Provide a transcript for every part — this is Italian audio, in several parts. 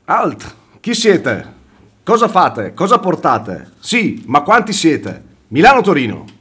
Alt, chi siete? Cosa fate? Cosa portate? Sì, ma quanti siete? Milano-Torino.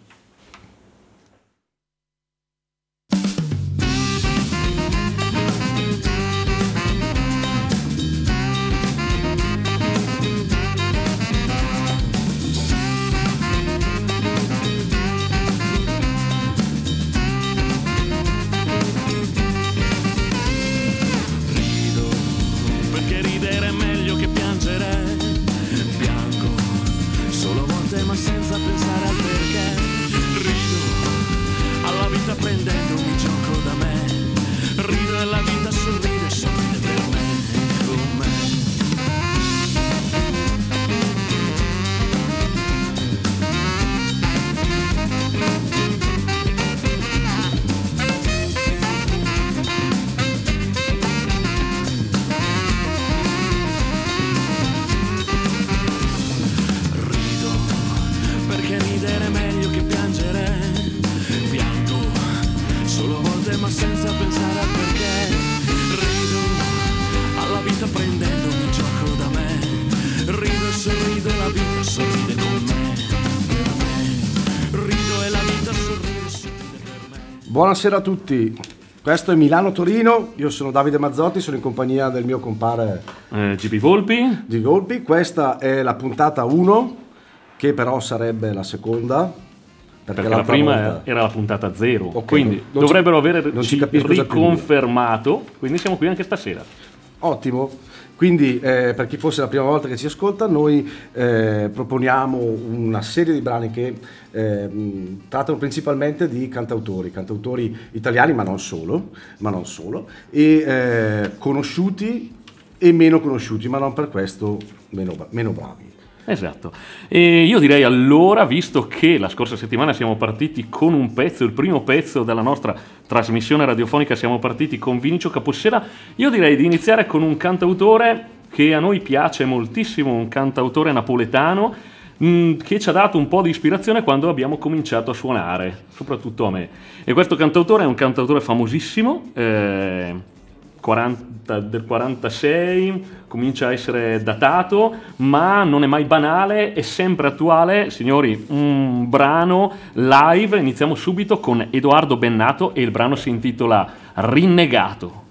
Buonasera a tutti, questo è Milano-Torino, io sono Davide Mazzotti, sono in compagnia del mio compare GB Volpi. Questa è la puntata 1, che però sarebbe la seconda, perché la prima era la puntata 0, okay, quindi non dovrebbero aver riconfermato, quindi siamo qui anche stasera. Ottimo. Quindi per chi fosse la prima volta che ci ascolta, noi proponiamo una serie di brani che trattano principalmente di cantautori italiani, ma non solo, e conosciuti e meno conosciuti, ma non per questo meno bravi. Esatto, e io direi allora, visto che la scorsa settimana siamo partiti con un pezzo, il primo pezzo della nostra trasmissione radiofonica, siamo partiti con Vinicio Capossela, io direi di iniziare con un cantautore che a noi piace moltissimo, un cantautore napoletano che ci ha dato un po' di ispirazione quando abbiamo cominciato a suonare, soprattutto a me. E questo cantautore è un cantautore famosissimo, del 46, comincia a essere datato, ma non è mai banale, è sempre attuale. Signori, un brano live, iniziamo subito con Edoardo Bennato e il brano si intitola Rinnegato.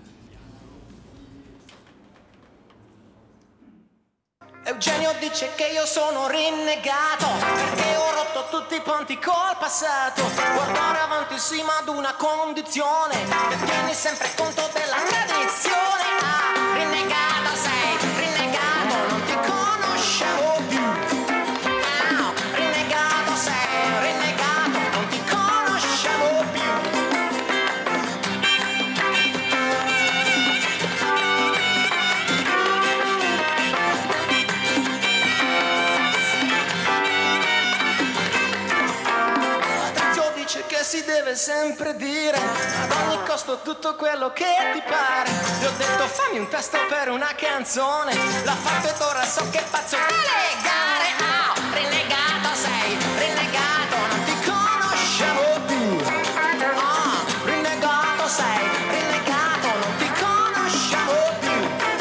Eugenio dice che io sono rinnegato perché ho rotto tutti i ponti col passato. Guardare avanti sì, ma ad una condizione, che tieni sempre conto della tradizione. Ah, rinnegato sei, rinnegato, non ti conoscevo più. Ah, rinnegato sei, rinnegato, non ti conoscevo più. Che si deve sempre dire ad ogni costo tutto quello che ti pare. Gli ho detto fammi un testo per una canzone, l'ha fatto ed ora so che pazzo da legare. Ah, rinnegato sei, rinnegato, non ti conoscevo più. Ah, rinnegato sei, rinnegato, non ti conoscevo più.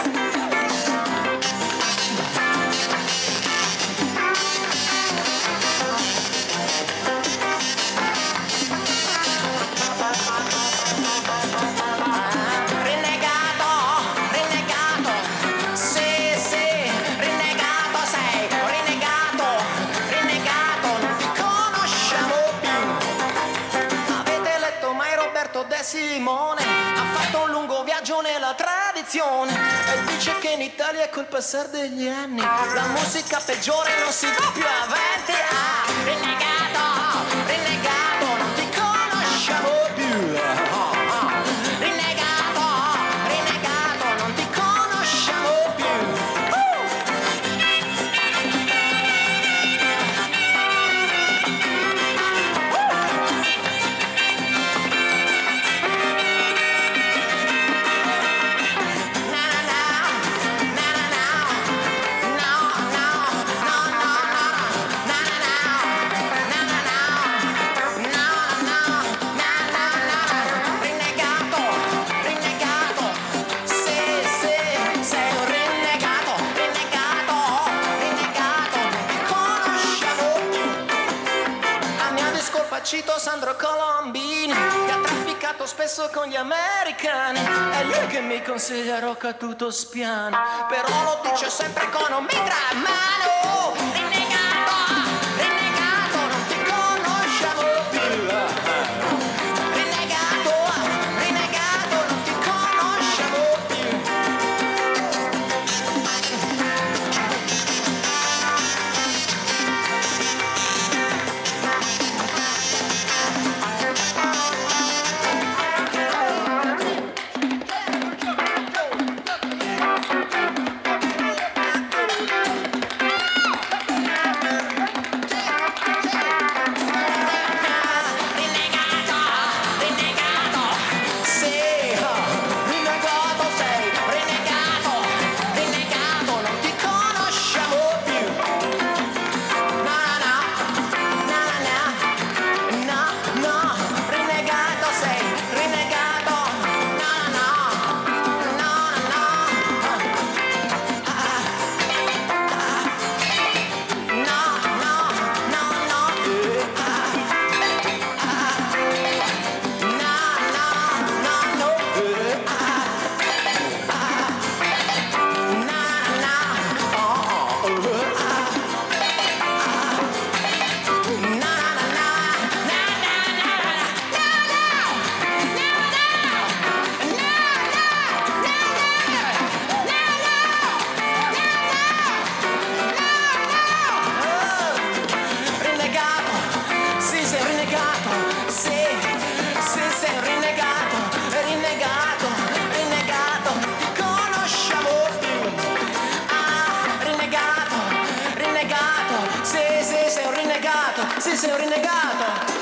Simone ha fatto un lungo viaggio nella tradizione e dice che in Italia col passare degli anni la musica peggiore non si va più avanti. Ah, rinnegato, rinnegato, non ti conoscevo più. Rinnegato, rinnegato, non ti conoscevo più. cito Sandro Colombini, che ha trafficato spesso con gli americani. È lui che mi consiglia Rocca tutto spiano, però lo dice sempre con un mitra a mano. Rinnegato, non ti conosciamo più. Rinnegato, non ti conosciamo più. Sei un rinnegato.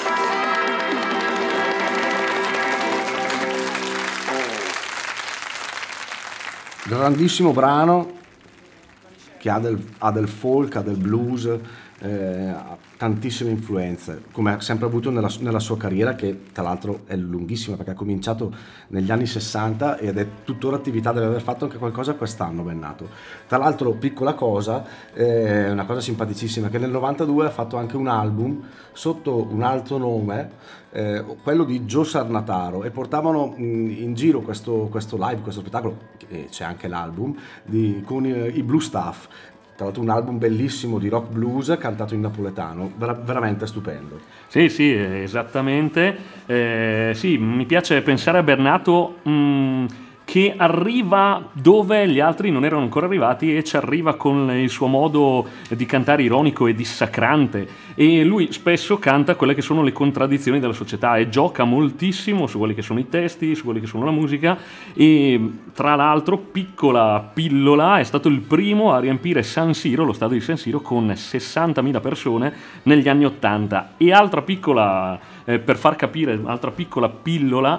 Grandissimo brano che ha del folk, ha del blues, ha tantissime influenze, come ha sempre avuto nella sua carriera, che tra l'altro è lunghissima perché ha cominciato negli anni 60 ed è tuttora attività, deve aver fatto anche qualcosa quest'anno, Bennato. Tra l'altro, piccola cosa, una cosa simpaticissima, che nel 92 ha fatto anche un album sotto un altro nome, quello di Joe Sarnataro, e portavano in giro questo live, questo spettacolo, c'è anche l'album, con i Blue Staff. Tra l'altro un album bellissimo di rock blues cantato in napoletano, veramente stupendo. Sì, esattamente. Sì, mi piace pensare a Bernato che arriva dove gli altri non erano ancora arrivati e ci arriva con il suo modo di cantare ironico e dissacrante, e lui spesso canta quelle che sono le contraddizioni della società e gioca moltissimo su quelli che sono i testi, su quelli che sono la musica. E tra l'altro, piccola pillola, è stato il primo a riempire San Siro, lo stadio di San Siro, con 60.000 persone negli anni 80. E altra piccola, per far capire, altra piccola pillola,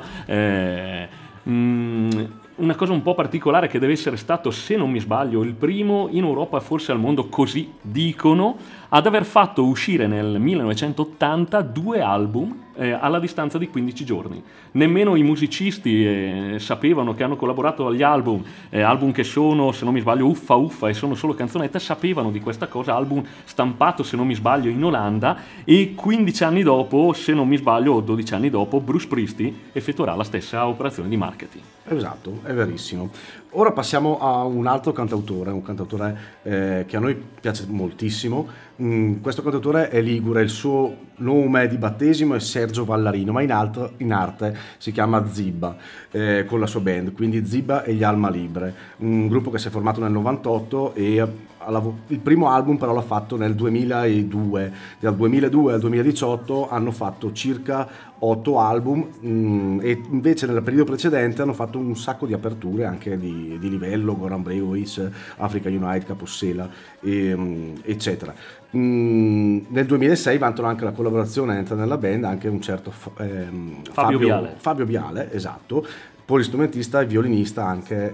una cosa un po' particolare, che deve essere stato, se non mi sbaglio, il primo in Europa, forse al mondo, così dicono, ad aver fatto uscire nel 1980 2 album alla distanza di 15 giorni. Nemmeno i musicisti sapevano che hanno collaborato agli album, album che sono, se non mi sbaglio, uffa e sono solo canzonette, sapevano di questa cosa, album stampato, se non mi sbaglio, in Olanda, e 15 anni dopo, se non mi sbaglio, o 12 anni dopo, Bruce Springsteen effettuerà la stessa operazione di marketing. Esatto, è verissimo. Ora passiamo a un altro cantautore, che a noi piace moltissimo. Questo cantautore è ligure, il suo nome di battesimo è Sergio Vallarino, ma in arte si chiama Zibba, con la sua band, quindi Zibba e gli Alma Libre, un gruppo che si è formato nel 98 e il primo album però l'ha fatto nel 2002. Dal 2002 al 2018 hanno fatto circa 8 album, e invece nel periodo precedente hanno fatto un sacco di aperture anche di livello, Goran Bregovic, Africa Unite, Capossela, eccetera. Nel 2006 vantano anche la collaborazione, entra nella band anche un certo Fabio Viale, esatto, polistrumentista e violinista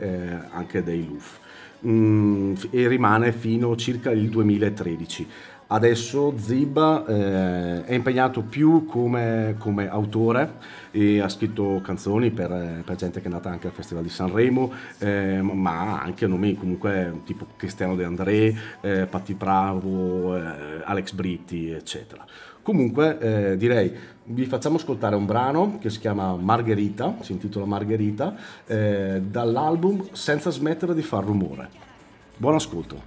anche dei Luf, e rimane fino circa il 2013. Adesso Zib è impegnato più come autore e ha scritto canzoni per gente che è nata anche al Festival di Sanremo, ma anche nomi comunque tipo Cristiano De André, Patti Bravo, Alex Britti, eccetera. Comunque direi vi facciamo ascoltare un brano che si chiama Margherita, si intitola Margherita, dall'album Senza smettere di far rumore. Buon ascolto.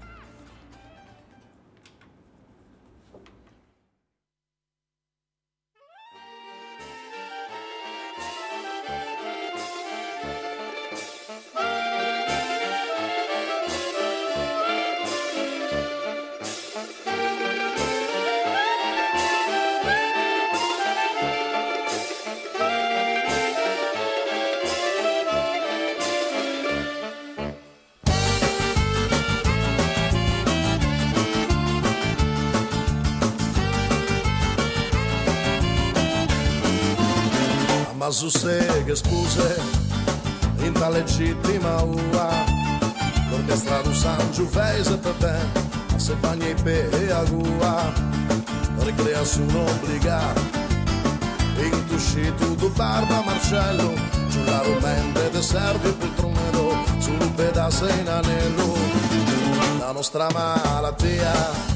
Ma su sé che spuse in ta legittima ua l'orchestra du San Giuvese per te a se bagni pe e agua ricrea su un obbligato in tuscito du barba Marcello sulla rumente de servi per tronero sul pedazo in anello la nostra malattia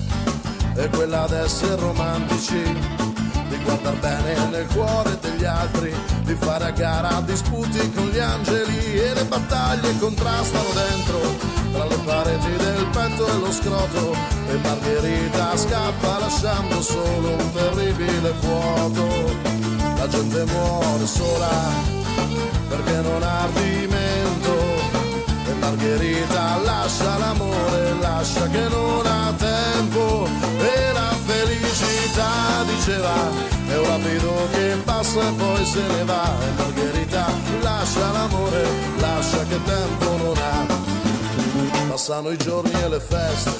è quella d'essere romantici di guardar bene nel cuore degli altri, di fare a gara disputi con gli angeli e le battaglie contrastano dentro tra le pareti del petto e lo scroto e Margherita scappa lasciando solo un terribile vuoto. La gente muore sola perché non ha ardimento e Margherita lascia l'amore, lascia che non ha tempo e la felicità diceva è un rapido che passa e poi se ne va e Margherita lascia l'amore, lascia che tempo non ha. Passano i giorni e le feste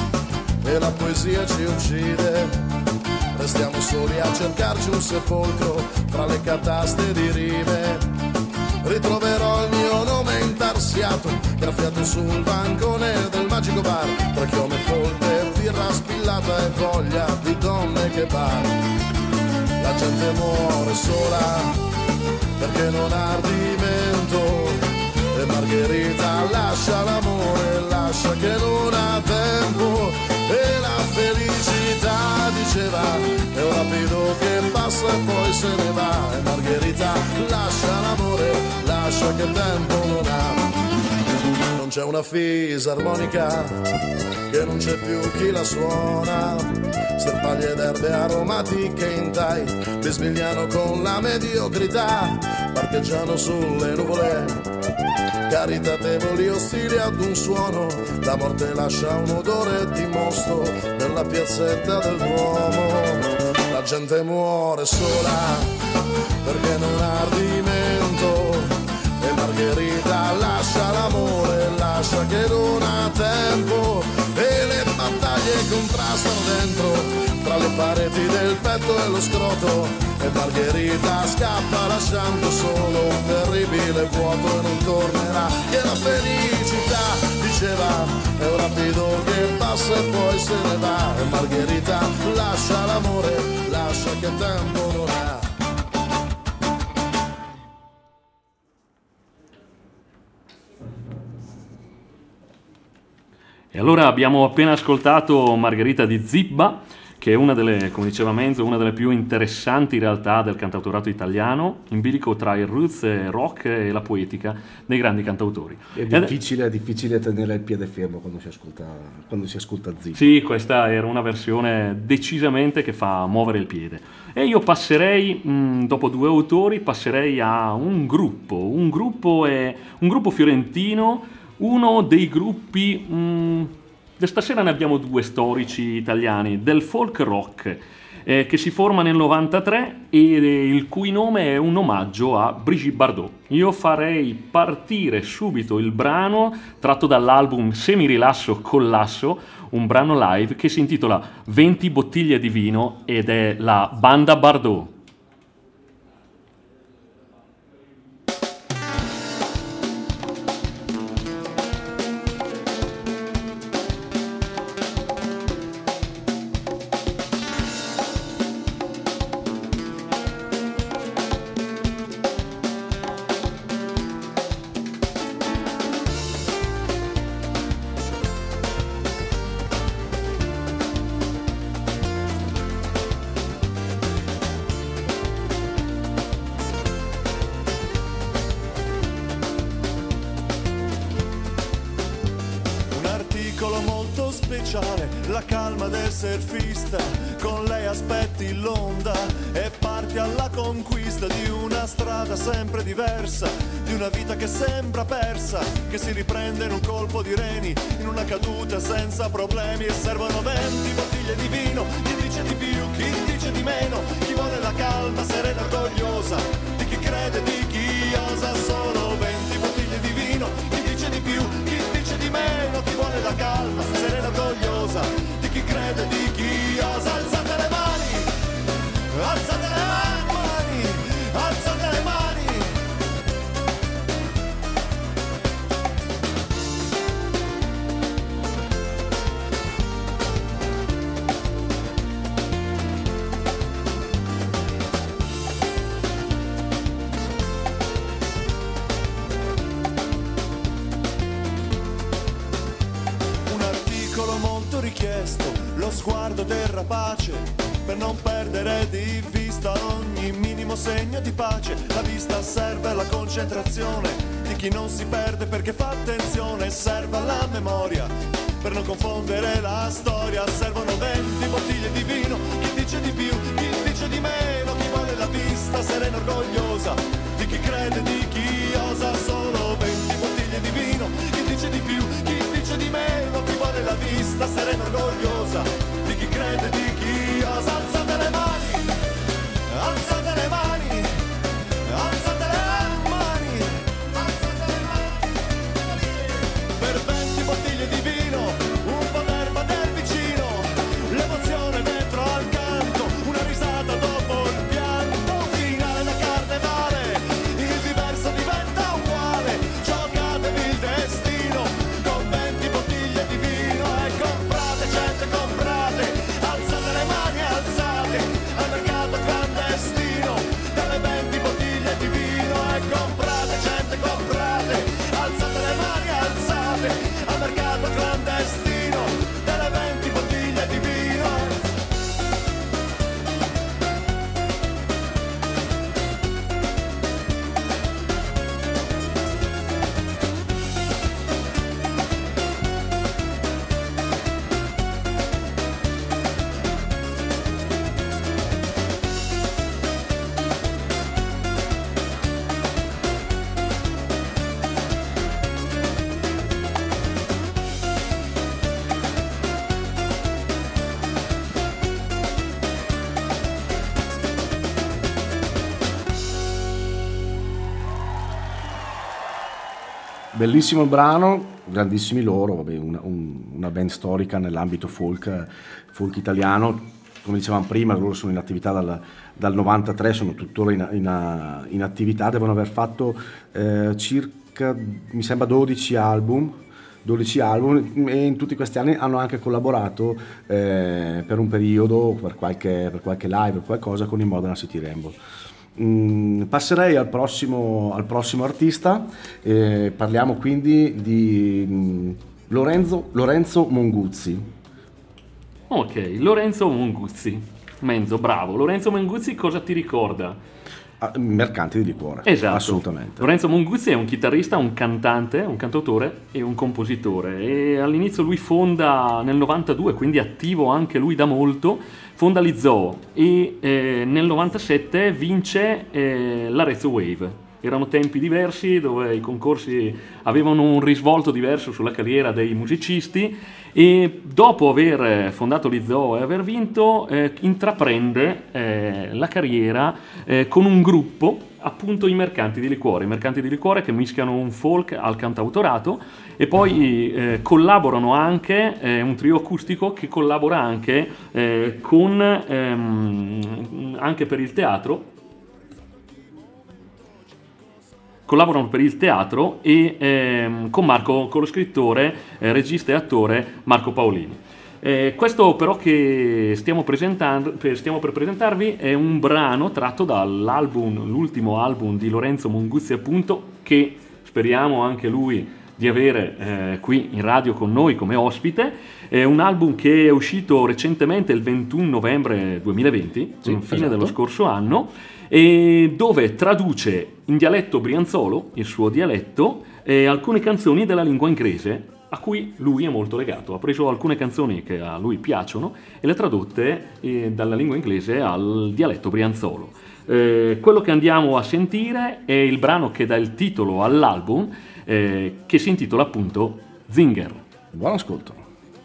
e la poesia ci uccide, restiamo soli a cercarci un sepolcro fra le cataste di rime. Ritroverò il mio nome intarsiato, graffiato sul bancone del magico bar, tra chiome folte, birra spillata e voglia di donne che bar. La gente muore sola perché non ha ardimento e Margherita lascia l'amore, lascia che non ha tempo e la felicità diceva è un rapido che passa e poi se ne va e Margherita lascia l'amore, lascia che tempo non ha. Non c'è una fisarmonica che non c'è più chi la suona, sterpaglie d'erbe aromatiche in tai bisbigliano con la mediocrità, parcheggiano sulle nuvole caritatevoli ostili ad un suono, la morte lascia un odore di mosto nella piazzetta del Duomo. La gente muore sola perché non ha ardimento e Margherita lascia l'amore, lascia che non ha tempo e le battaglie contrastano dentro tra le pareti del petto e lo scroto e Margherita scappa lasciando solo un terribile vuoto e non tornerà che la felicità diceva è un rapido che passa e poi se ne va e Margherita lascia l'amore, lascia che tempo non ha. E allora abbiamo appena ascoltato Margherita di Zibba, che è una delle, come diceva Menzo, una delle più interessanti realtà del cantautorato italiano, in bilico tra il roots rock e la poetica dei grandi cantautori. È difficile tenere il piede fermo quando si ascolta Zibba. Sì, questa era una versione decisamente che fa muovere il piede. E io passerei, dopo due autori, passerei a un gruppo fiorentino, uno dei gruppi... Stasera ne abbiamo due storici italiani del folk rock che si forma nel 93 e il cui nome è un omaggio a Brigitte Bardot. Io farei partire subito il brano tratto dall'album Semi rilasso collasso, un brano live che si intitola 20 bottiglie di vino ed è la Banda Bardot. speciale, la calma del surfista, con lei aspetti l'onda e parti alla conquista di una strada sempre diversa, di una vita che sembra persa, che si riprende in un colpo di reni, in una caduta senza problemi. E servono 20 bottiglie di vino, chi dice di più, chi dice di meno, chi vuole la calma serena orgogliosa, di chi crede, di chi osa. Solo 20 bottiglie di vino, chi dice di più, chi dice di meno, chi vuole la calma serena orgogliosa, di chi crede, di chi osa. Alzate le mani, alzate le mani, alzate le mani. Molto richiesto, lo sguardo del rapace, per non perdere di vista ogni minimo segno di pace. La vista serve alla concentrazione di chi non si perde perché fa attenzione, serve alla memoria per non confondere la storia. Servono 20 bottiglie di vino, chi dice di più, chi dice di meno, chi vuole la vista serena orgogliosa, di chi crede, di chi osa. Solo 20 bottiglie di vino, chi dice di più, chi dice di meno, chi vuole la vista serena orgogliosa, di chi crede, di chi osa. Alzate le mani, alzate le mani, alzate le mani, alzate le mani. Per 20 bottiglie di vino, un po' d'erba del vicino, l'emozione dentro al canto, una risata dopo il pianto, finale da carnevale, il diverso diventa uguale, giocatevi il destino con 20 bottiglie di vino. E comprate, gente, comprate, alzate le mani, alzate al mercato clandestino delle 20 bottiglie di vino. E comprate, gente, comprate, alzate le mani, alzate al mercato clandestino delle 20 bottiglie di vino. Bellissimo il brano, grandissimi loro, vabbè, una band storica nell'ambito folk italiano. Come dicevamo prima, loro sono in attività dal 93, sono tuttora in attività, devono aver fatto circa, mi sembra, 12 album e in tutti questi anni hanno anche collaborato per un periodo, per qualche live o qualcosa con i Modena City Rainbow. Passerei al prossimo artista, parliamo quindi di Lorenzo Monguzzi. Ok, Lorenzo Monguzzi. Menzo, bravo. Lorenzo Monguzzi cosa ti ricorda? Mercanti di liquore. Esatto. Assolutamente. Lorenzo Monguzzi è un chitarrista, un cantante, un cantautore e un compositore. E all'inizio lui fonda nel 92, quindi attivo anche lui da molto, fonda gli Zoo e nel 97 vince l'Arezzo Wave. Erano tempi diversi dove i concorsi avevano un risvolto diverso sulla carriera dei musicisti e dopo aver fondato gli Zoo e aver vinto intraprende la carriera con un gruppo, appunto i Mercanti di Liquore che mischiano un folk al cantautorato e poi collaborano anche, un trio acustico che collabora anche con anche per il teatro. Collaborano per il teatro e con lo scrittore, regista e attore Marco Paolini. Questo però che stiamo per presentarvi è un brano tratto l'ultimo album di Lorenzo Monguzzi, appunto, che speriamo anche lui di avere qui in radio con noi come ospite. È un album che è uscito recentemente il 21 novembre 2020, fine esatto, dello scorso anno, e dove traduce in dialetto brianzolo, il suo dialetto, alcune canzoni della lingua inglese a cui lui è molto legato. Ha preso alcune canzoni che a lui piacciono e le ha tradotte dalla lingua inglese al dialetto brianzolo. Quello che andiamo a sentire è il brano che dà il titolo all'album, che si intitola appunto Zinger. Buon ascolto.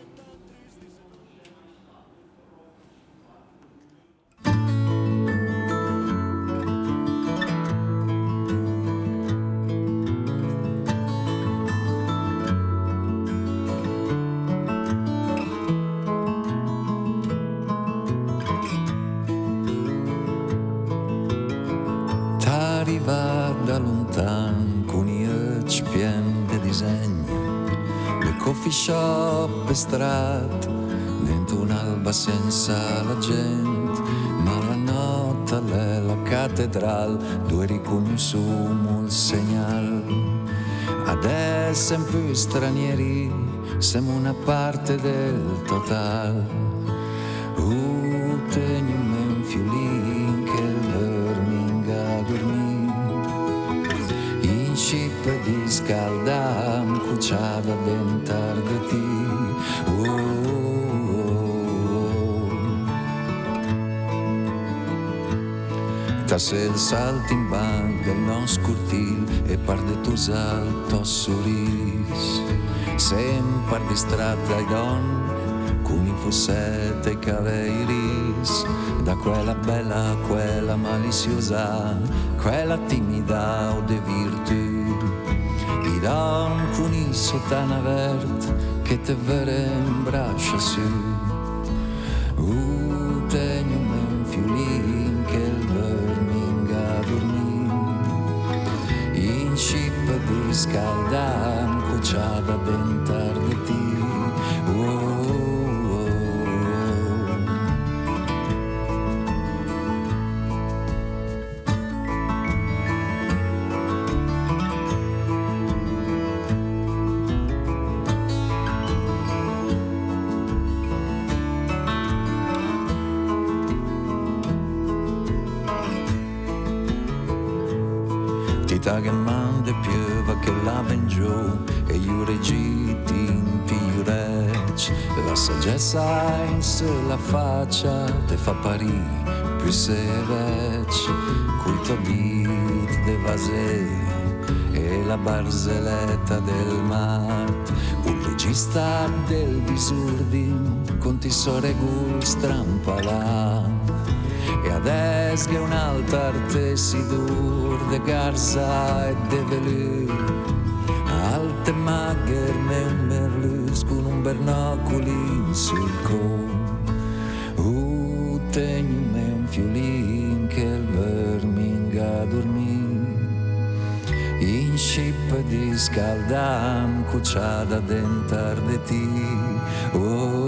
T'arriva da lontan con i occhi pieni di disegni, le coffee shop e strade, dentro un'alba senza la gente, ma la notte è la cattedrale, dove riconosciamo il segnale. Adesso in più stranieri, siamo una parte del totale. Teniamo un fiolin che dorminga dormì, in scippa di scaldam, cucciata dentar di ti. Se il saltimbanc del nostro cortil e par de tu salto sorris, sempre distratto ai don con i fossetti e i capelli ris, da quella bella a quella maliziosa, quella timida o de virtù, i don con i sottana vert che te vere in braccia su. Tengo un fiolin che il verminga dormì, in scippa di scalda, cucciata dentar di ti. Che manda piova che la vengiò e io regiti in piurec, la saggezza in sé la faccia te fa parì più se vec, cui tobit de vasè e la barzelletta del mat, un regista del disordine con ti soregul strampalà. E adesso che un'altra arte si dur de garza e de velù, alte magher me un merlus con un bernocoli sul con. Tengo me un fiolin che il verminga dormì, in scippa di scaldam, cucciata dentar de ti.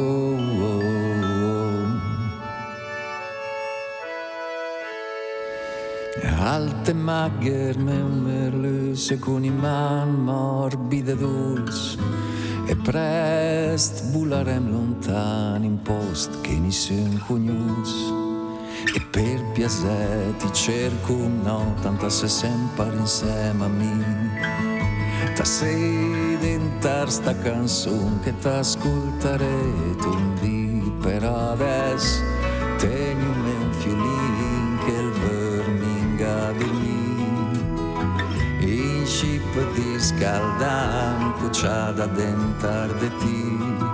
Alte magher me un merlus con i man morbide dulce, e prest bularem lontan in post che nessun cognos, e per piasetti cerco no, tanta se sempre insieme a me. Ta sei dentar sta canzone che t'ascolterete un dì, però adesso tengo un fiolin che il verminga dormì, in scippa di scaldam, cucciata dentar de ti.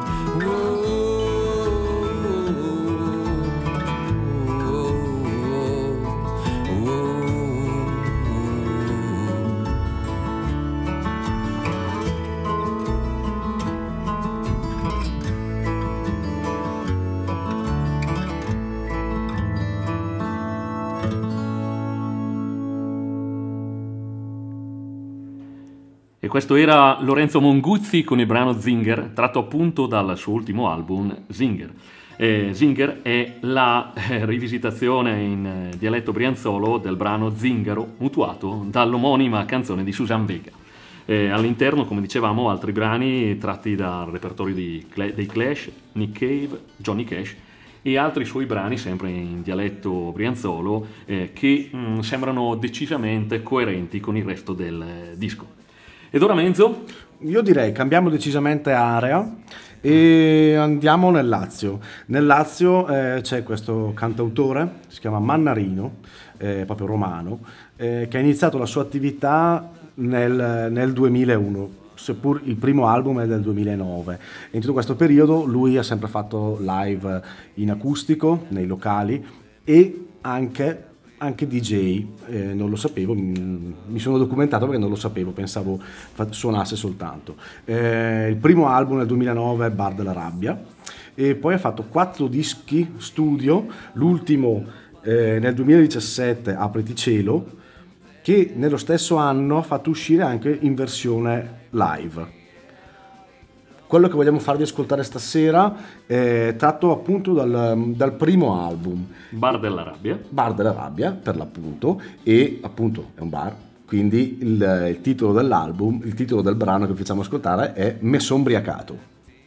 E questo era Lorenzo Monguzzi con il brano Zinger, tratto appunto dal suo ultimo album Zinger. Zinger è la rivisitazione in dialetto brianzolo del brano Zingaro, mutuato dall'omonima canzone di Susan Vega. All'interno, come dicevamo, altri brani tratti dal repertorio dei Clash, Nick Cave, Johnny Cash e altri suoi brani sempre in dialetto brianzolo che sembrano decisamente coerenti con il resto del disco. Ed ora Menzo? io direi cambiamo decisamente area e andiamo nel Lazio. Nel Lazio c'è questo cantautore, si chiama Mannarino, proprio romano, che ha iniziato la sua attività nel 2001, seppur il primo album è del 2009. E in tutto questo periodo lui ha sempre fatto live in acustico, nei locali e anche DJ, non lo sapevo, mi sono documentato perché non lo sapevo, pensavo suonasse soltanto. Il primo album nel 2009 è Bar della Rabbia e poi ha fatto 4 dischi studio, l'ultimo nel 2017 Apriti Cielo, che nello stesso anno ha fatto uscire anche in versione live. Quello che vogliamo farvi ascoltare stasera è tratto appunto dal primo album, Bar della Rabbia. Bar della Rabbia per l'appunto, e appunto è un bar, quindi il titolo dell'album, il titolo del brano che facciamo ascoltare è Me son ubriacato.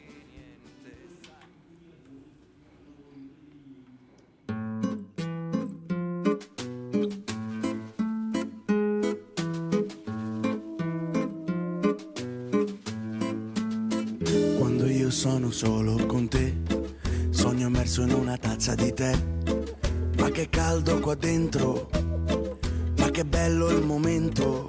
Sono solo con te, sogno immerso in una tazza di tè, ma che caldo qua dentro, ma che bello il momento.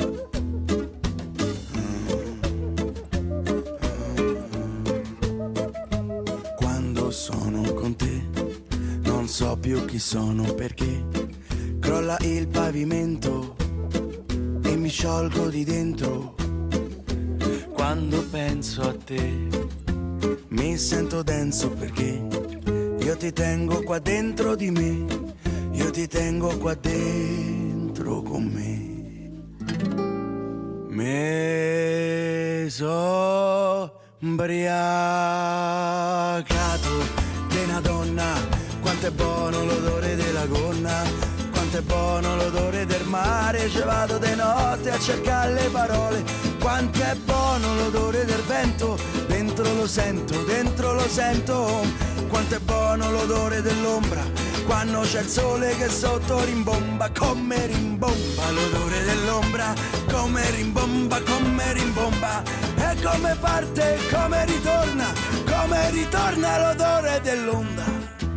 Quando sono con te, non so più chi sono perché crolla il pavimento e mi sciolgo di dentro. Quando penso a te mi sento denso perché io ti tengo qua dentro di me, io ti tengo qua dentro con me. Me so ubriacato di una donna, quanto è buono l'odore della gonna, quanto è buono l'odore del mare, ci vado di notte a cercare le parole, quanto è buono l'odore del vento, dentro lo sento, quanto è buono l'odore dell'ombra, quando c'è il sole che sotto rimbomba, come rimbomba l'odore dell'ombra, come rimbomba, e come parte, come ritorna l'odore dell'onda.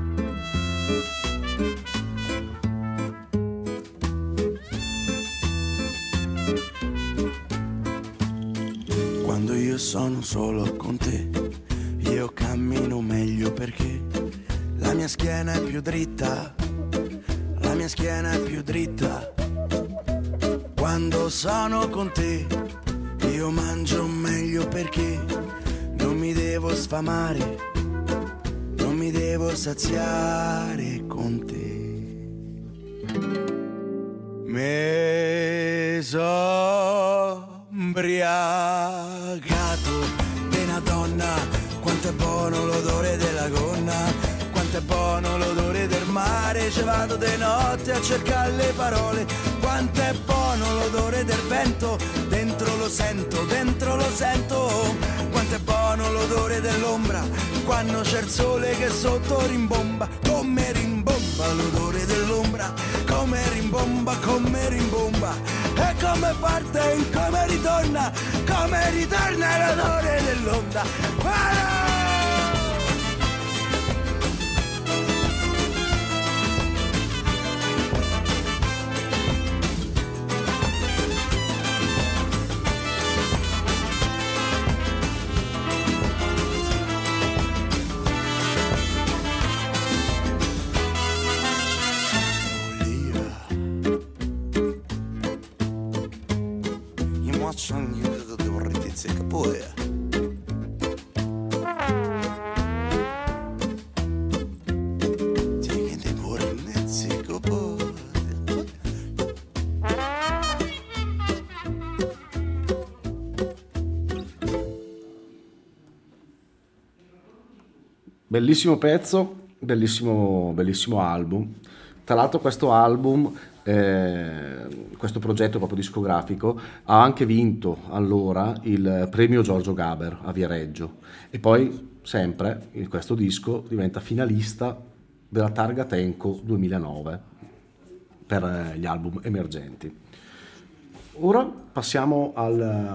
Quando io sono solo con te, io cammino meglio perché la mia schiena è più dritta, la mia schiena è più dritta. Quando sono con te, io mangio meglio perché non mi devo sfamare, non mi devo saziare con te. Me so ubriacato di una donna, quanto è buono l'odore della gonna, quanto è buono l'odore del mare, ci vado di notte a cercare le parole, quanto è buono l'odore del vento, dentro lo sento, quanto è buono l'odore dell'ombra, quando c'è il sole che sotto rimbomba, come rimbomba l'odore dell'ombra, come rimbomba, e come parte, come ritorna l'odore dell'onda. Bellissimo pezzo, bellissimo album. Tra l'altro questo album, questo progetto proprio discografico, ha anche vinto allora il premio Giorgio Gaber a Viareggio e poi sempre in questo disco diventa finalista della Targa Tenco 2009 per gli album emergenti. Ora passiamo al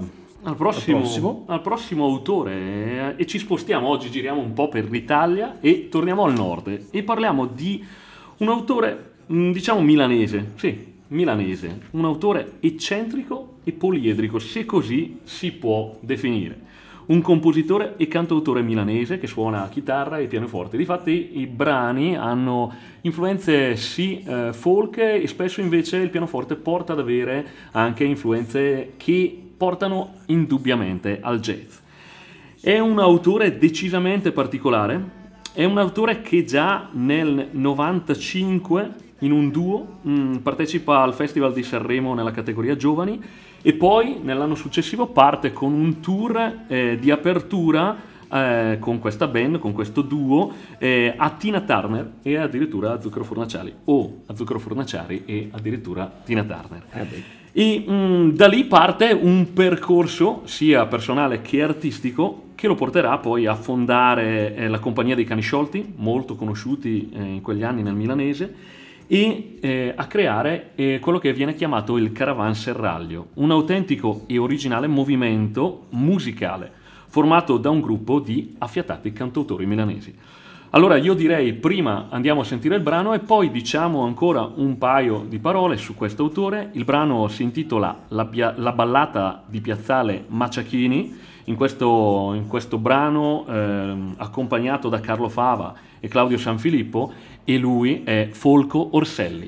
al prossimo autore e ci spostiamo. Oggi giriamo un po' per l'Italia e torniamo al nord e parliamo di un autore, diciamo milanese, un autore eccentrico e poliedrico, se così si può definire. Un compositore e cantautore milanese che suona chitarra e pianoforte. Difatti i brani hanno influenze folk e spesso invece il pianoforte porta ad avere anche influenze che portano indubbiamente al jazz. È un autore decisamente particolare, è un autore che già nel 95 in un duo partecipa al Festival di Sanremo nella categoria giovani e poi nell'anno successivo parte con un tour di apertura con questa band, con questo duo a Tina Turner e addirittura a Zucchero Fornaciari e addirittura Tina Turner. E da lì parte un percorso sia personale che artistico che lo porterà poi a fondare la Compagnia dei Cani Sciolti, molto conosciuti in quegli anni nel milanese, e a creare quello che viene chiamato il Caravanserraglio, un autentico e originale movimento musicale formato da un gruppo di affiatati cantautori milanesi. Allora io direi prima andiamo a sentire il brano e poi diciamo ancora un paio di parole su questo autore. Il brano si intitola La ballata di Piazzale Maciachini. In questo brano accompagnato da Carlo Fava e Claudio Sanfilippo, e lui è Folco Orselli.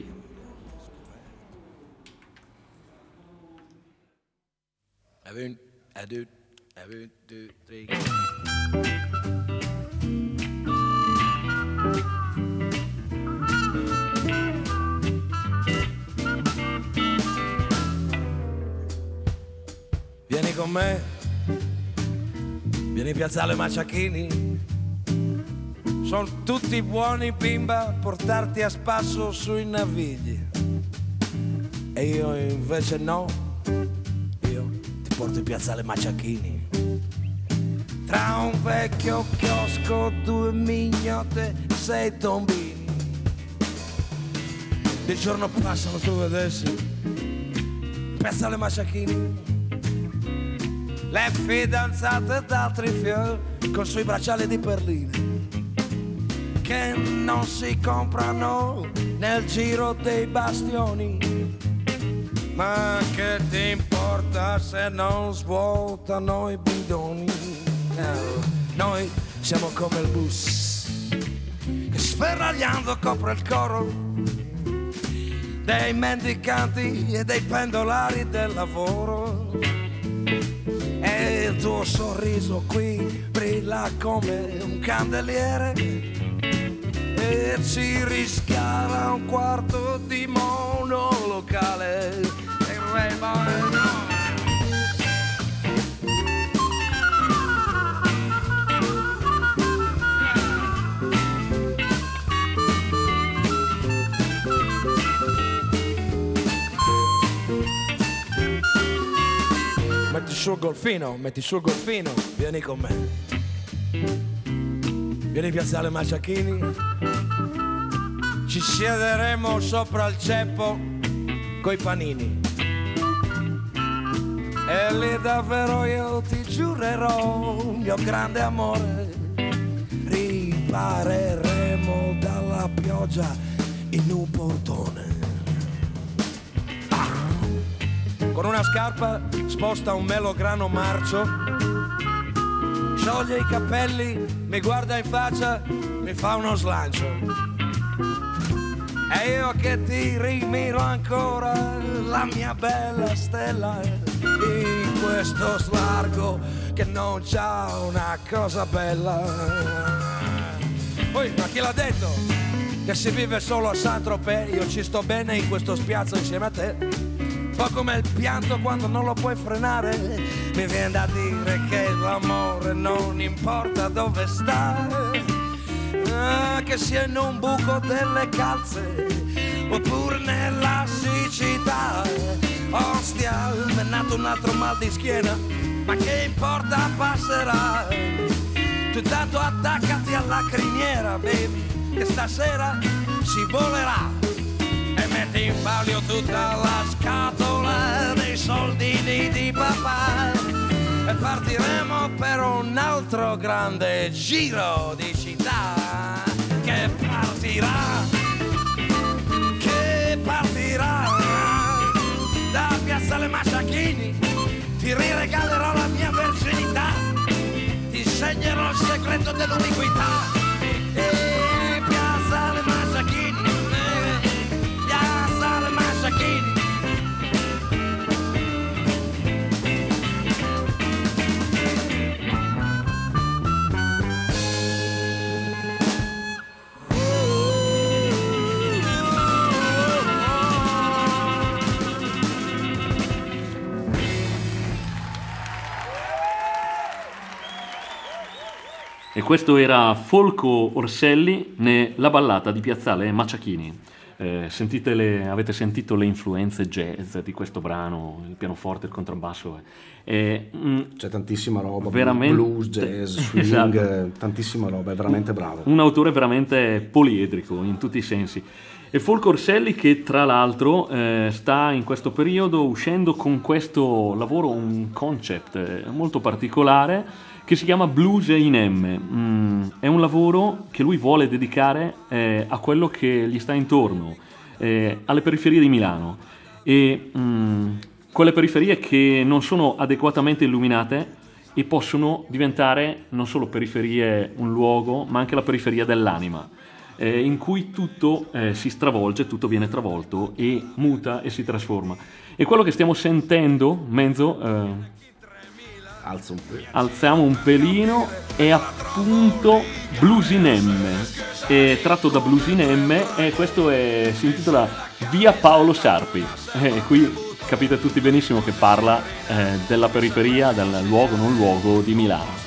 Vieni con me, vieni in Piazzale Maciachini. Sono tutti buoni, bimba, a portarti a spasso sui navigli. E io invece no, io ti porto in Piazzale Maciachini. Tra un vecchio chiosco, 2 mignotte, 6 tombini. Di giorno passano, tu vedessi, Piazzale Maciachini. Le fidanzate d'altri fiori con sui bracciali di perline che non si comprano nel giro dei bastioni. Ma che ti importa se non svuotano i bidoni? Noi siamo come il bus che sferragliando copre il coro dei mendicanti e dei pendolari del lavoro. E il tuo sorriso qui brilla come un candeliere e ci rischiara un quarto di monolocale. Metti sul golfino, vieni con me. Vieni in Piazzale Maciachini. Ci siederemo sopra il ceppo coi panini. E lì davvero io ti giurerò, mio grande amore, ripareremo dalla pioggia in un portone. Con una scarpa sposta un melograno marcio, scioglie i capelli, mi guarda in faccia, mi fa uno slancio. E io che ti rimiro ancora, la mia bella stella, in questo slargo che non c'ha una cosa bella. Poi, ma chi l'ha detto? Che si vive solo a Saint-Tropez, io ci sto bene in questo spiazzo insieme a te. Un po' come il pianto quando non lo puoi frenare. Mi viene da dire che l'amore non importa dove sta, che sia in un buco delle calze oppure nella siccità. Ostia, mi è nato un altro mal di schiena, ma che importa, passerà. Tu tanto attaccati alla criniera, baby, che stasera si volerà. E metti in palio tutta la scatola dei soldini di papà. e partiremo per un altro grande giro di città che partirà da Piazzale Masciachini. Ti riregalerò la mia verginità, ti sceglierò il segreto dell'ubiquità. Piazzale Masciachini, Piazzale Masciachini. E questo era Folco Orselli La ballata di Piazzale Masciachini. Avete sentito le influenze jazz di questo brano, il pianoforte, il contrabbasso. C'è tantissima roba, veramente, blues, jazz, swing, esatto. Tantissima roba, è veramente bravo. Un autore veramente poliedrico in tutti i sensi. E Folco Orselli che tra l'altro sta in questo periodo uscendo con questo lavoro, un concept molto particolare, che si chiama Blues in M. È un lavoro che lui vuole dedicare a quello che gli sta intorno, alle periferie di Milano, e quelle periferie che non sono adeguatamente illuminate e possono diventare non solo periferie, un luogo, ma anche la periferia dell'anima, in cui tutto si stravolge, tutto viene travolto e muta e si trasforma. E quello che stiamo sentendo, Menzo, alziamo un pelino, è appunto Blues in M, è tratto da Blues in M, e questo si intitola Via Paolo Sarpi. Qui capite tutti benissimo che parla della periferia, del luogo non luogo di Milano.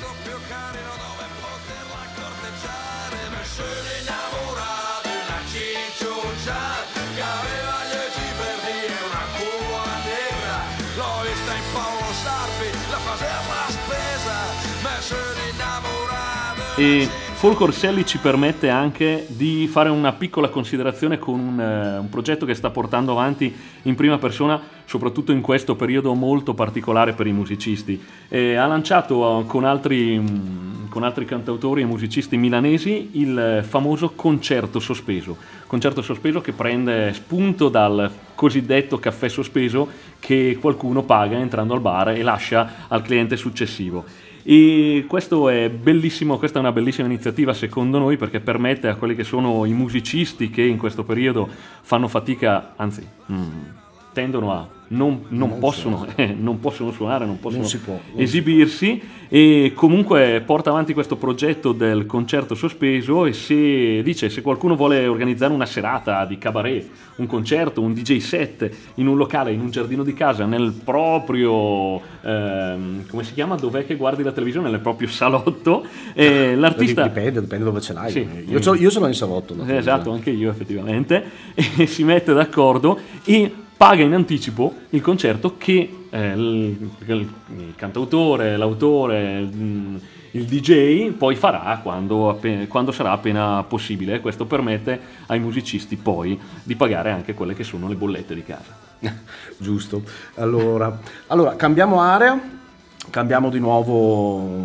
E Folco Orselli ci permette anche di fare una piccola considerazione con un progetto che sta portando avanti in prima persona, soprattutto in questo periodo molto particolare per i musicisti. Ha lanciato con altri cantautori e musicisti milanesi il famoso concerto sospeso che prende spunto dal cosiddetto caffè sospeso che qualcuno paga entrando al bar e lascia al cliente successivo. E questo è bellissimo, questa è una bellissima iniziativa secondo noi, perché permette a quelli che sono i musicisti che in questo periodo fanno fatica, anzi tendono a non possono suonare, non si può esibirsi, e comunque porta avanti questo progetto del concerto sospeso, e se qualcuno vuole organizzare una serata di cabaret, un concerto, un DJ set in un locale, in un giardino di casa, nel proprio come si chiama, dov'è che guardi la televisione, nel proprio salotto, l'artista dipende dove ce l'hai. Sì. Io ce l'ho in salotto, esatto, anche io effettivamente, e si mette d'accordo e paga in anticipo il concerto che il cantautore, l'autore, il DJ poi farà quando sarà appena possibile. Questo permette ai musicisti poi di pagare anche quelle che sono le bollette di casa. Giusto. Allora cambiamo area, cambiamo di nuovo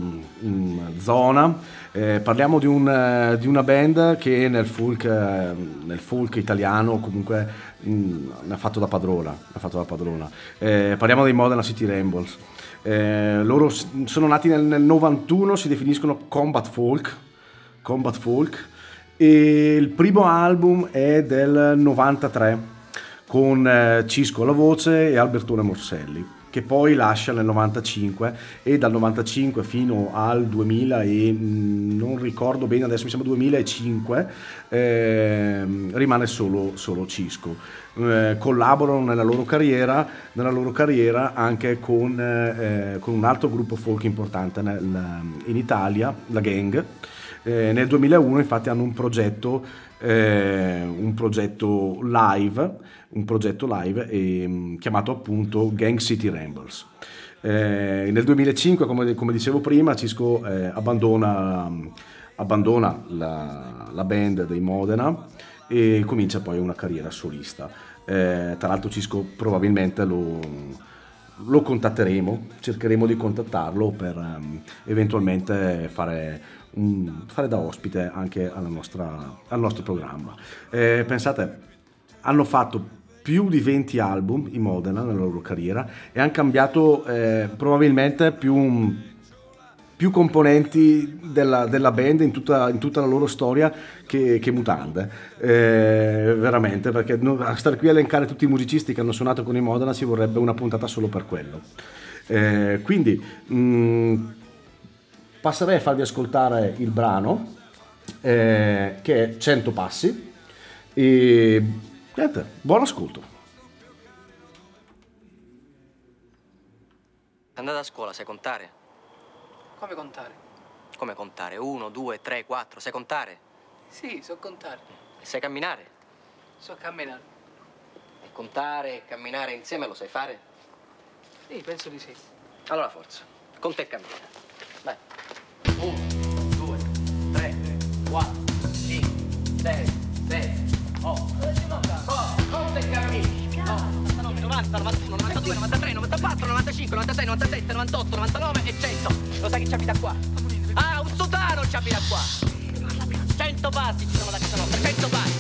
zona. Parliamo di una band che nel folk italiano comunque ne ha fatto da padrona. Parliamo dei Modena City Rambles. Loro sono nati nel 91, si definiscono combat folk, e il primo album è del 93 con Cisco alla voce e Albertone Morselli, che poi lascia nel 95, e dal 95 fino al 2000 e non ricordo bene adesso, mi sembra 2005, rimane solo Cisco. Collaborano nella loro carriera anche con un altro gruppo folk importante in Italia, la Gang. Nel 2001 infatti hanno un progetto live chiamato appunto Gang City Rambles. Nel 2005, come dicevo prima, Cisco abbandona la band dei Modena e comincia poi una carriera solista. Tra l'altro Cisco probabilmente lo contatteremo, cercheremo di contattarlo per eventualmente fare da ospite anche al nostro programma. Pensate, hanno fatto più di 20 album in Modena nella loro carriera e hanno cambiato probabilmente più componenti della band in tutta la loro storia che mutande, veramente, perché a stare qui a elencare tutti i musicisti che hanno suonato con i Modena ci vorrebbe una puntata solo per quello. Quindi passerei a farvi ascoltare il brano che è 100 passi e niente, buon ascolto. Andate a scuola, sai contare? Come contare? Come contare? 1, 2, 3, 4, sai contare? Sì, so contare. E sai camminare? So camminare. E contare e camminare insieme lo sai fare? Sì, penso di sì. Allora forza, conta e cammina. Vai. 1, 2, 3, 4, 5, 6, 7, 8. Conta e cammina. 99, 90, 91, 92, 93, 94, 95, 96, 97, 98, 99 e 100. Lo sai chi ci abita qua? Ah, un sotano ci abita qua. 100 passi ci sono da casa nostra, 100 passi.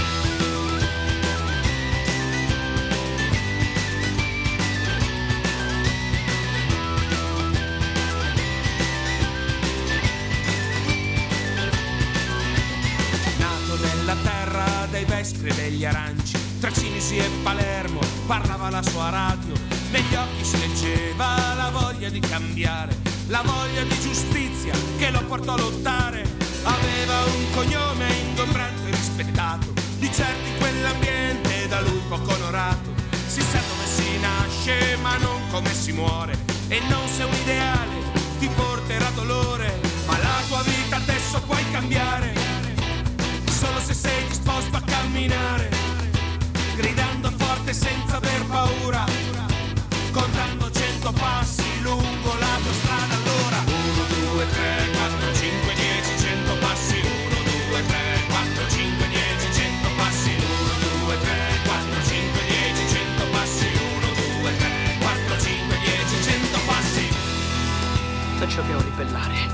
Nella terra dei vespri e degli aranci, tra Cinisi e Palermo parlava la sua radio, negli occhi si leggeva la voglia di cambiare, la voglia di giustizia che lo portò a lottare. Aveva un cognome ingombrante e rispettato, di certo in quell'ambiente da lui poco onorato. Si sa dove si nasce ma non come si muore, e non se un ideale ti porterà dolore, ma la tua vita adesso puoi cambiare solo se sei disposto a camminare, gridando forte senza aver paura, contando 100 passi lungo la tua strada. Allora 1, 2, 3, 4, 5, 10, 100 passi. 1, 2, 3, 4, 5, 10, 100 passi. 1, 2, 3, 4, 5, 10, 100 passi. 1, 2, 3, 4, 5, 10, 100 passi. Non ci dobbiamo ribellare.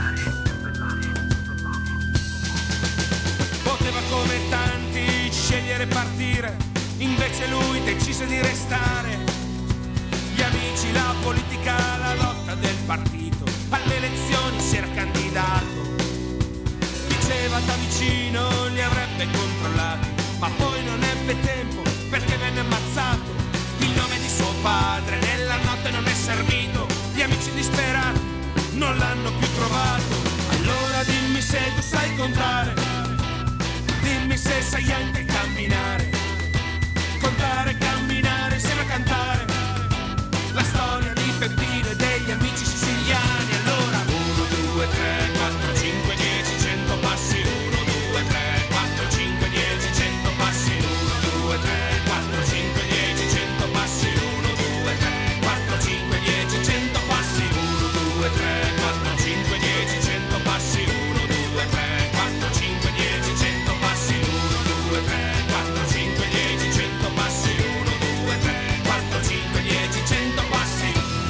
Poteva come tanti scegliere partire, invece lui decise di restare. Gli amici, la politica, la lotta del partito, alle elezioni si era candidato. Diceva da vicino li avrebbe controllati, ma poi non ebbe tempo perché venne ammazzato. Il nome di suo padre nella notte non è servito, gli amici disperati non l'hanno più trovato. Allora dimmi se tu sai contare, dimmi se sai anche camminare, contare, camminare, insieme a cantare la storia di Peppino e degli amici siciliani. Allora 1, 2, 3, 4, 5, 10, 100 passi. 1, 2, 3, 4, 5, 10, 100 passi. 1, 2, 3, 4, 5, 10, 100 passi. 1, 2, 3, 4, 5, 10, 100 passi. 1, 2, 3, 4, 5, 10, 100 passi. 1, 2, 3, 4, 5, 10, 100 passi. 1, 2, 3, 4, 5, 10, 100 passi. 1, 2, 3, 4, 5, 10, 100 passi.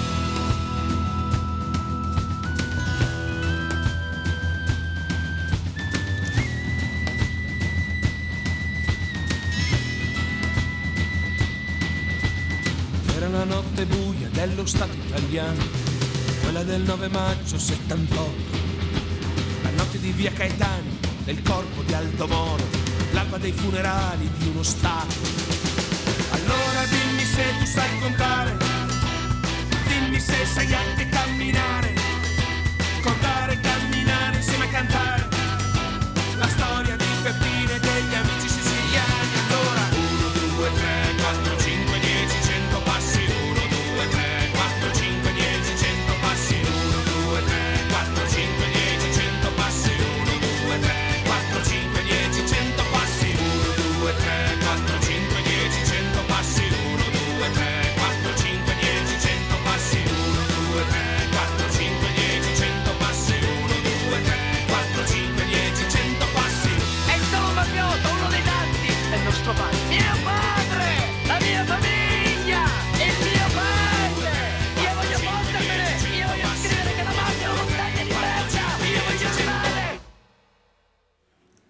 Era una notte buia dello Stato italiano, quella del 9 maggio 78, la notte di via Caetani, del corpo di Aldo Moro, l'alba dei funerali di uno Stato. Allora dimmi se tu sai contare, dimmi se sai anche camminare, contare, camminare, insieme a cantare la storia di Peppino e degli amici siciliani. Allora 1, 2, 3, 4, 5, 10, 100 passi. 1, 2, 3, 4, 5, 10, 100 passi. 1, 2, 3, 4, 5, 10, 100 passi. 1, 2, 3, 4, 5, 10, 100 passi. 1, 2, 3, 4, 5, 10, 100 passi. 1, 2, 3, 4, 5, 10, 100 passi. 1, 2, 3, 4, 5, 10, 100 passi. 1,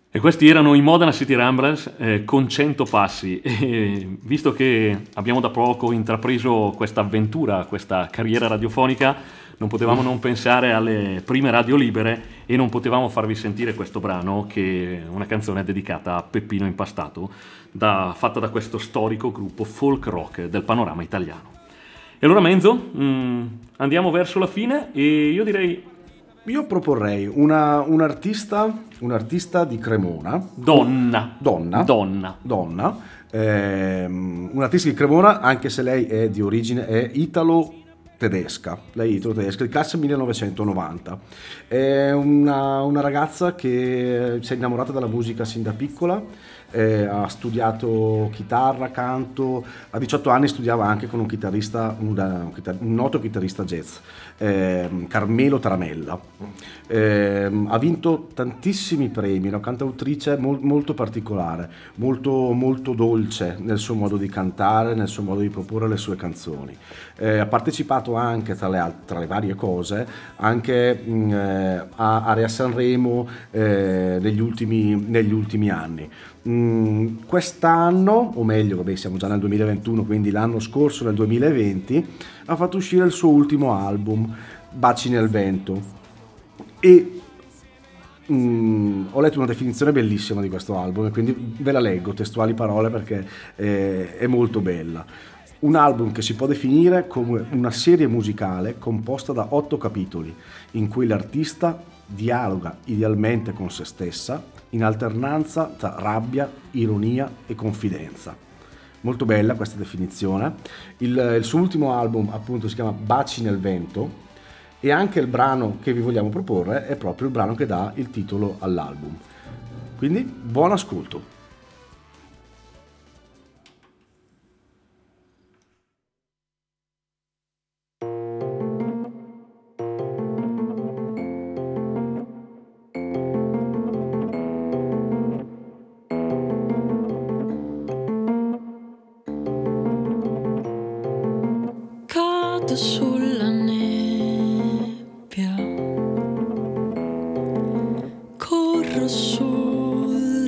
E questi erano i Modena City Ramblers con 100 passi. E visto che abbiamo da poco intrapreso questa avventura, questa carriera radiofonica, non potevamo non pensare alle prime radio libere e non potevamo farvi sentire questo brano, che è una canzone dedicata a Peppino Impastato, fatta da questo storico gruppo folk rock del panorama italiano. E allora Menzo, andiamo verso la fine e io direi... Io proporrei un artista di Cremona. Donna. Un'artista di Cremona, anche se lei è di origine, è italo-tedesca, di classe 1990. È una ragazza che si è innamorata della musica sin da piccola. Ha studiato chitarra, canto, a 18 anni studiava anche con un noto chitarrista jazz, Carmelo Taramella. Ha vinto tantissimi premi, una cantautrice molto particolare, molto, molto dolce nel suo modo di cantare, nel suo modo di proporre le sue canzoni. Ha partecipato anche, tra le varie cose, anche a Area Sanremo negli ultimi anni. Quest'anno, o meglio, siamo già nel 2021, quindi l'anno scorso, nel 2020, ha fatto uscire il suo ultimo album, Baci nel vento, e ho letto una definizione bellissima di questo album e quindi ve la leggo, testuali parole, perché è molto bella. Un album che si può definire come una serie musicale composta da 8 capitoli, in cui l'artista dialoga idealmente con se stessa, in alternanza tra rabbia, ironia e confidenza. Molto bella questa definizione. Il suo ultimo album, appunto, si chiama Baci nel vento, e anche il brano che vi vogliamo proporre è proprio il brano che dà il titolo all'album. Quindi buon ascolto. Sulla nebbia corro sul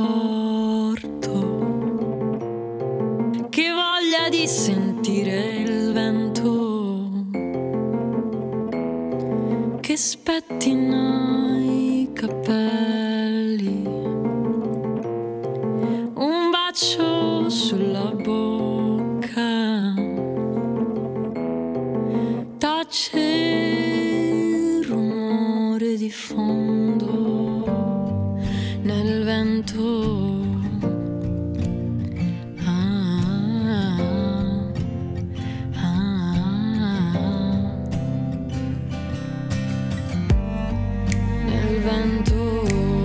ricordo, che voglia di sentire il vento che spettina i capelli, un bacio sulla bocca, tace il rumore di fondo nel vento. Nel vento.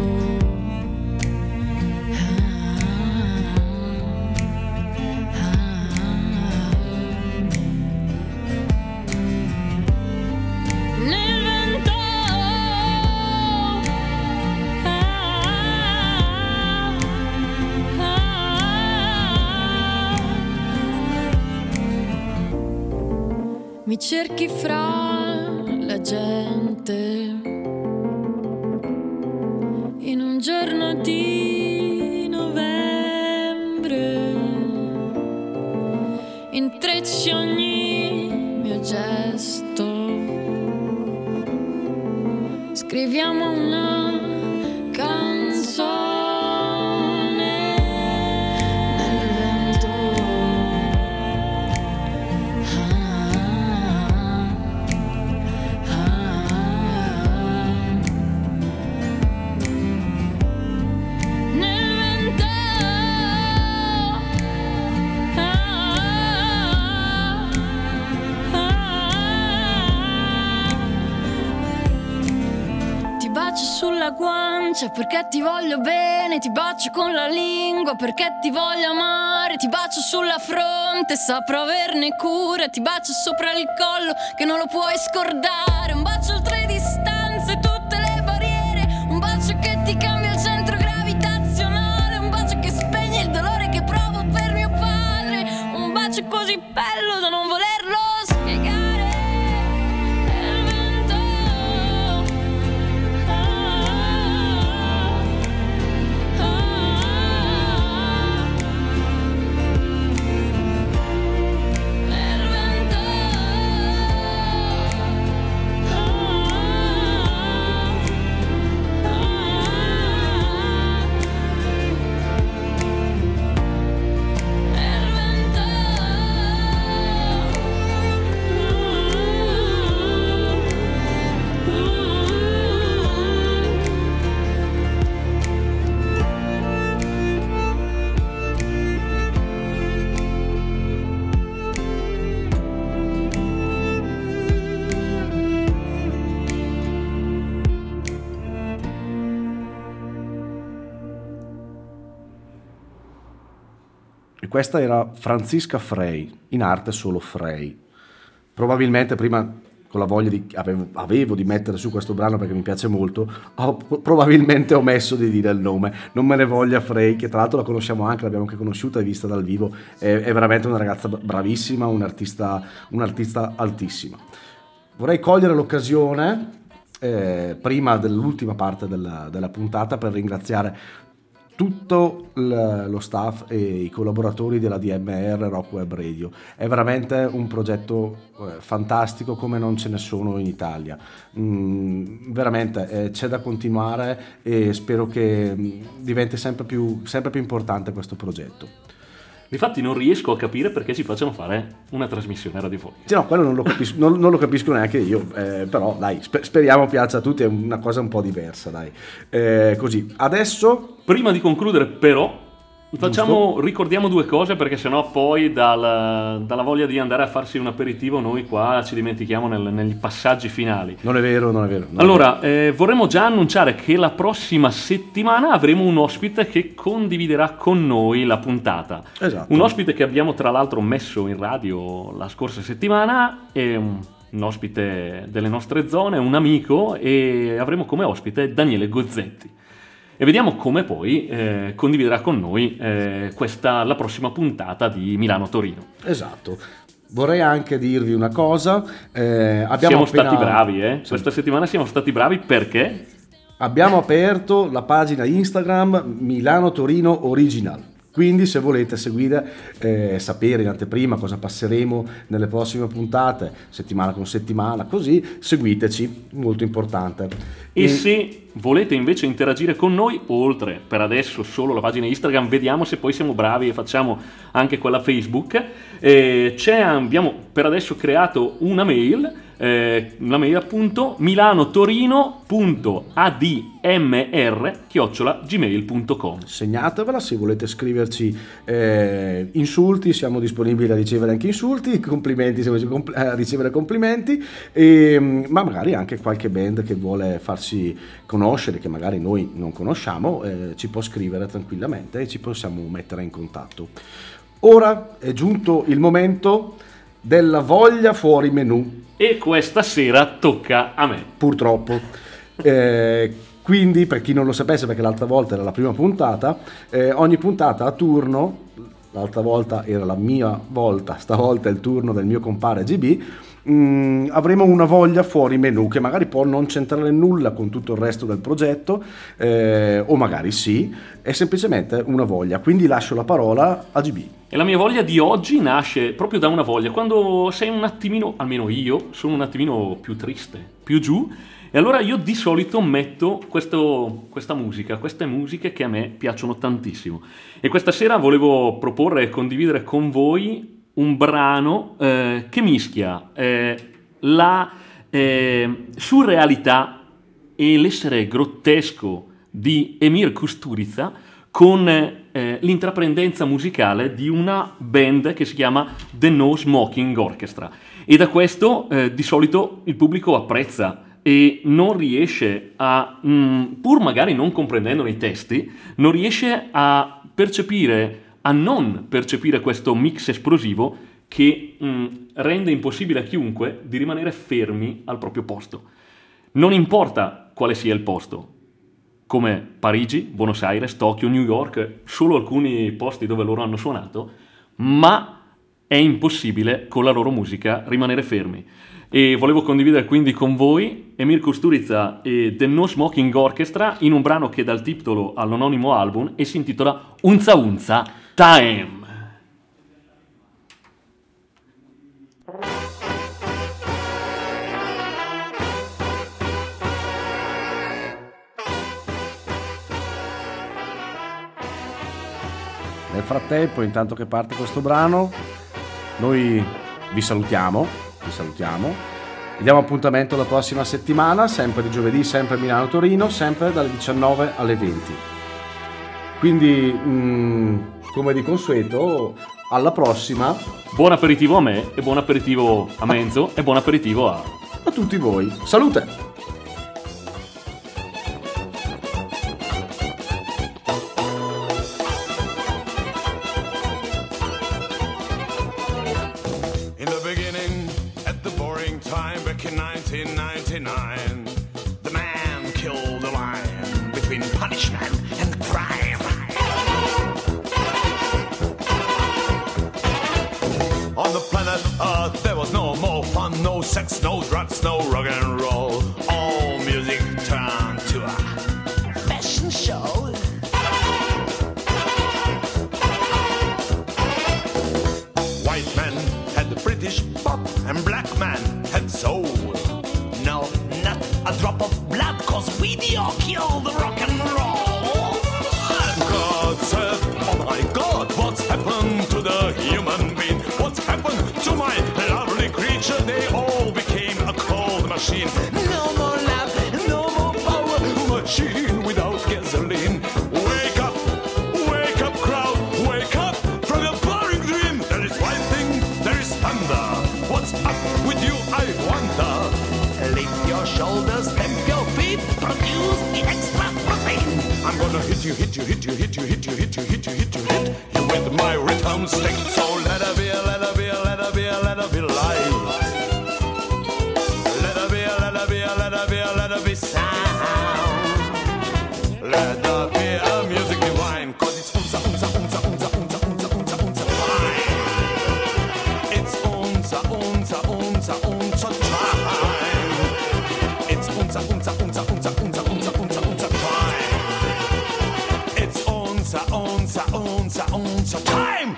Mi cerchi fra la gente in un giorno di novembre, intrecci ogni mio gesto, scriviamo una canzone. Sulla guancia perché ti voglio bene, ti bacio con la lingua perché ti voglio amare, ti bacio sulla fronte, saprò averne cura, ti bacio sopra il collo che non lo puoi scordare, un bacio oltre distanze, tutte le barriere, un bacio che ti cambia il centro gravitazionale, un bacio che spegne il dolore che provo per mio padre, un bacio così bello da non volerlo spiegare. e questa era Franziska Frey, in arte solo Frey. Probabilmente prima, con la voglia avevo di mettere su questo brano perché mi piace molto, probabilmente ho omesso di dire il nome. Non me ne voglia Frey, che tra l'altro la conosciamo anche, l'abbiamo anche conosciuta e vista dal vivo, è veramente una ragazza bravissima, un'artista altissima. Vorrei cogliere l'occasione prima dell'ultima parte della puntata per ringraziare tutto lo staff e i collaboratori della DMR Rock Web Radio. È veramente un progetto fantastico come non ce ne sono in Italia. Veramente c'è da continuare e spero che diventi sempre più importante questo progetto. Difatti non riesco a capire perché ci facciano fare una trasmissione radiofonica. Sì, no, quello non lo capisco neanche io, però dai, speriamo piaccia a tutti, è una cosa un po' diversa, dai. Così, adesso... Prima di concludere però, ricordiamo due cose, perché sennò poi dalla voglia di andare a farsi un aperitivo noi qua ci dimentichiamo negli passaggi finali. Non è vero. Allora, vorremmo già annunciare che la prossima settimana avremo un ospite che condividerà con noi la puntata. Esatto. Un ospite che abbiamo tra l'altro messo in radio la scorsa settimana, è un ospite delle nostre zone, un amico, e avremo come ospite Daniele Gozzetti. E vediamo come poi condividerà con noi la prossima puntata di Milano-Torino. Esatto. Vorrei anche dirvi una cosa. Siamo stati bravi, Sì. Questa settimana siamo stati bravi perché? Abbiamo aperto la pagina Instagram Milano-Torino Original. Quindi se volete seguire, sapere in anteprima cosa passeremo nelle prossime puntate, settimana con settimana, così seguiteci, molto importante. E se volete invece interagire con noi, oltre per adesso solo la pagina Instagram, vediamo se poi siamo bravi e facciamo anche quella Facebook, abbiamo per adesso creato una mail, la mail appunto milanotorino.admr@gmail.com. Segnatevela se volete scriverci insulti, siamo disponibili a ricevere anche insulti, complimenti se volete ricevere complimenti, ma magari anche qualche band che vuole farsi conoscere, che magari noi non conosciamo, ci può scrivere tranquillamente e ci possiamo mettere in contatto. Ora è giunto il momento della voglia fuori menù. E questa sera tocca a me. Purtroppo. Quindi, per chi non lo sapesse, perché l'altra volta era la prima puntata, ogni puntata a turno, l'altra volta era la mia volta, stavolta è il turno del mio compare GB, avremo una voglia fuori menù che magari può non c'entrare nulla con tutto il resto del progetto, o magari sì, è semplicemente una voglia, quindi lascio la parola a GB. E la mia voglia di oggi nasce proprio da una voglia, quando sei un attimino, almeno io, sono un attimino più triste, più giù, e allora io di solito metto queste musiche che a me piacciono tantissimo. E questa sera volevo proporre e condividere con voi un brano che mischia la surrealità e l'essere grottesco di Emir Kusturica con l'intraprendenza musicale di una band che si chiama The No Smoking Orchestra. E da questo di solito il pubblico apprezza e non riesce a, pur magari non comprendendone i testi, non riesce a non percepire questo mix esplosivo che rende impossibile a chiunque di rimanere fermi al proprio posto. Non importa quale sia il posto, come Parigi, Buenos Aires, Tokyo, New York, solo alcuni posti dove loro hanno suonato, ma è impossibile con la loro musica rimanere fermi. E volevo condividere quindi con voi Emir Kusturica e The No Smoking Orchestra in un brano che dà il titolo all'anonimo album e si intitola Unza Unza Time. Nel frattempo, intanto che parte questo brano, noi vi salutiamo, vi diamo appuntamento la prossima settimana, sempre di giovedì, sempre Milano-Torino, sempre dalle 19 alle 20. Quindi, come di consueto, alla prossima. Buon aperitivo a me, e buon aperitivo a Menzo, e buon aperitivo a tutti voi. Salute! 1969, the man killed the line between punishment and crime. On the planet Earth there was no more fun, no sex, no drugs, no rock and roll. All music turned to a fashion show. White man had the British pop and black man had soul. No, not a drop of blood, cause video killed the rock and roll. And God said, oh my God, what's happened to the human being? What's happened to my lovely creature? They all became a cold machine. No more love, no more power. Machine without gasoline. Wake up crowd, wake up from your boring dream. There is lightning, there is thunder. What's up with you, I wonder? Lift your shoulders, stamp your feet, produce the extra protein. I'm gonna hit you with my rhythm stick. So let her be, let her be, let her be, let her be live. Let her be, let her be, let her be, let her be sound. Let her be a music divine, cause it's unza fine. It's unza time. It's unza time. It's unza time.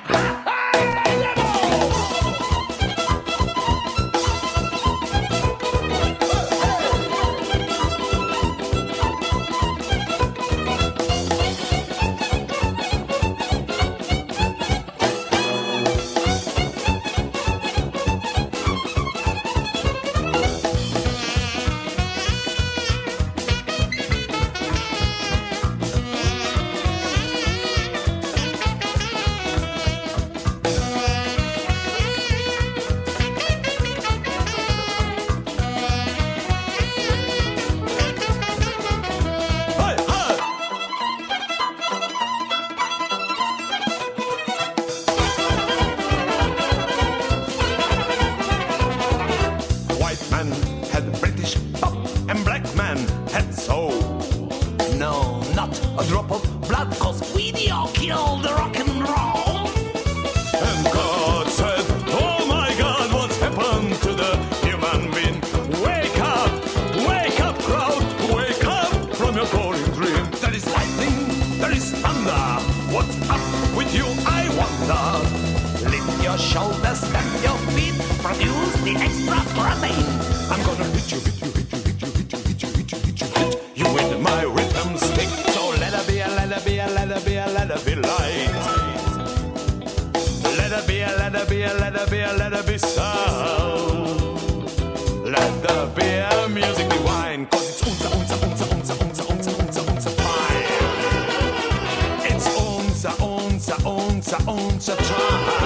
Time.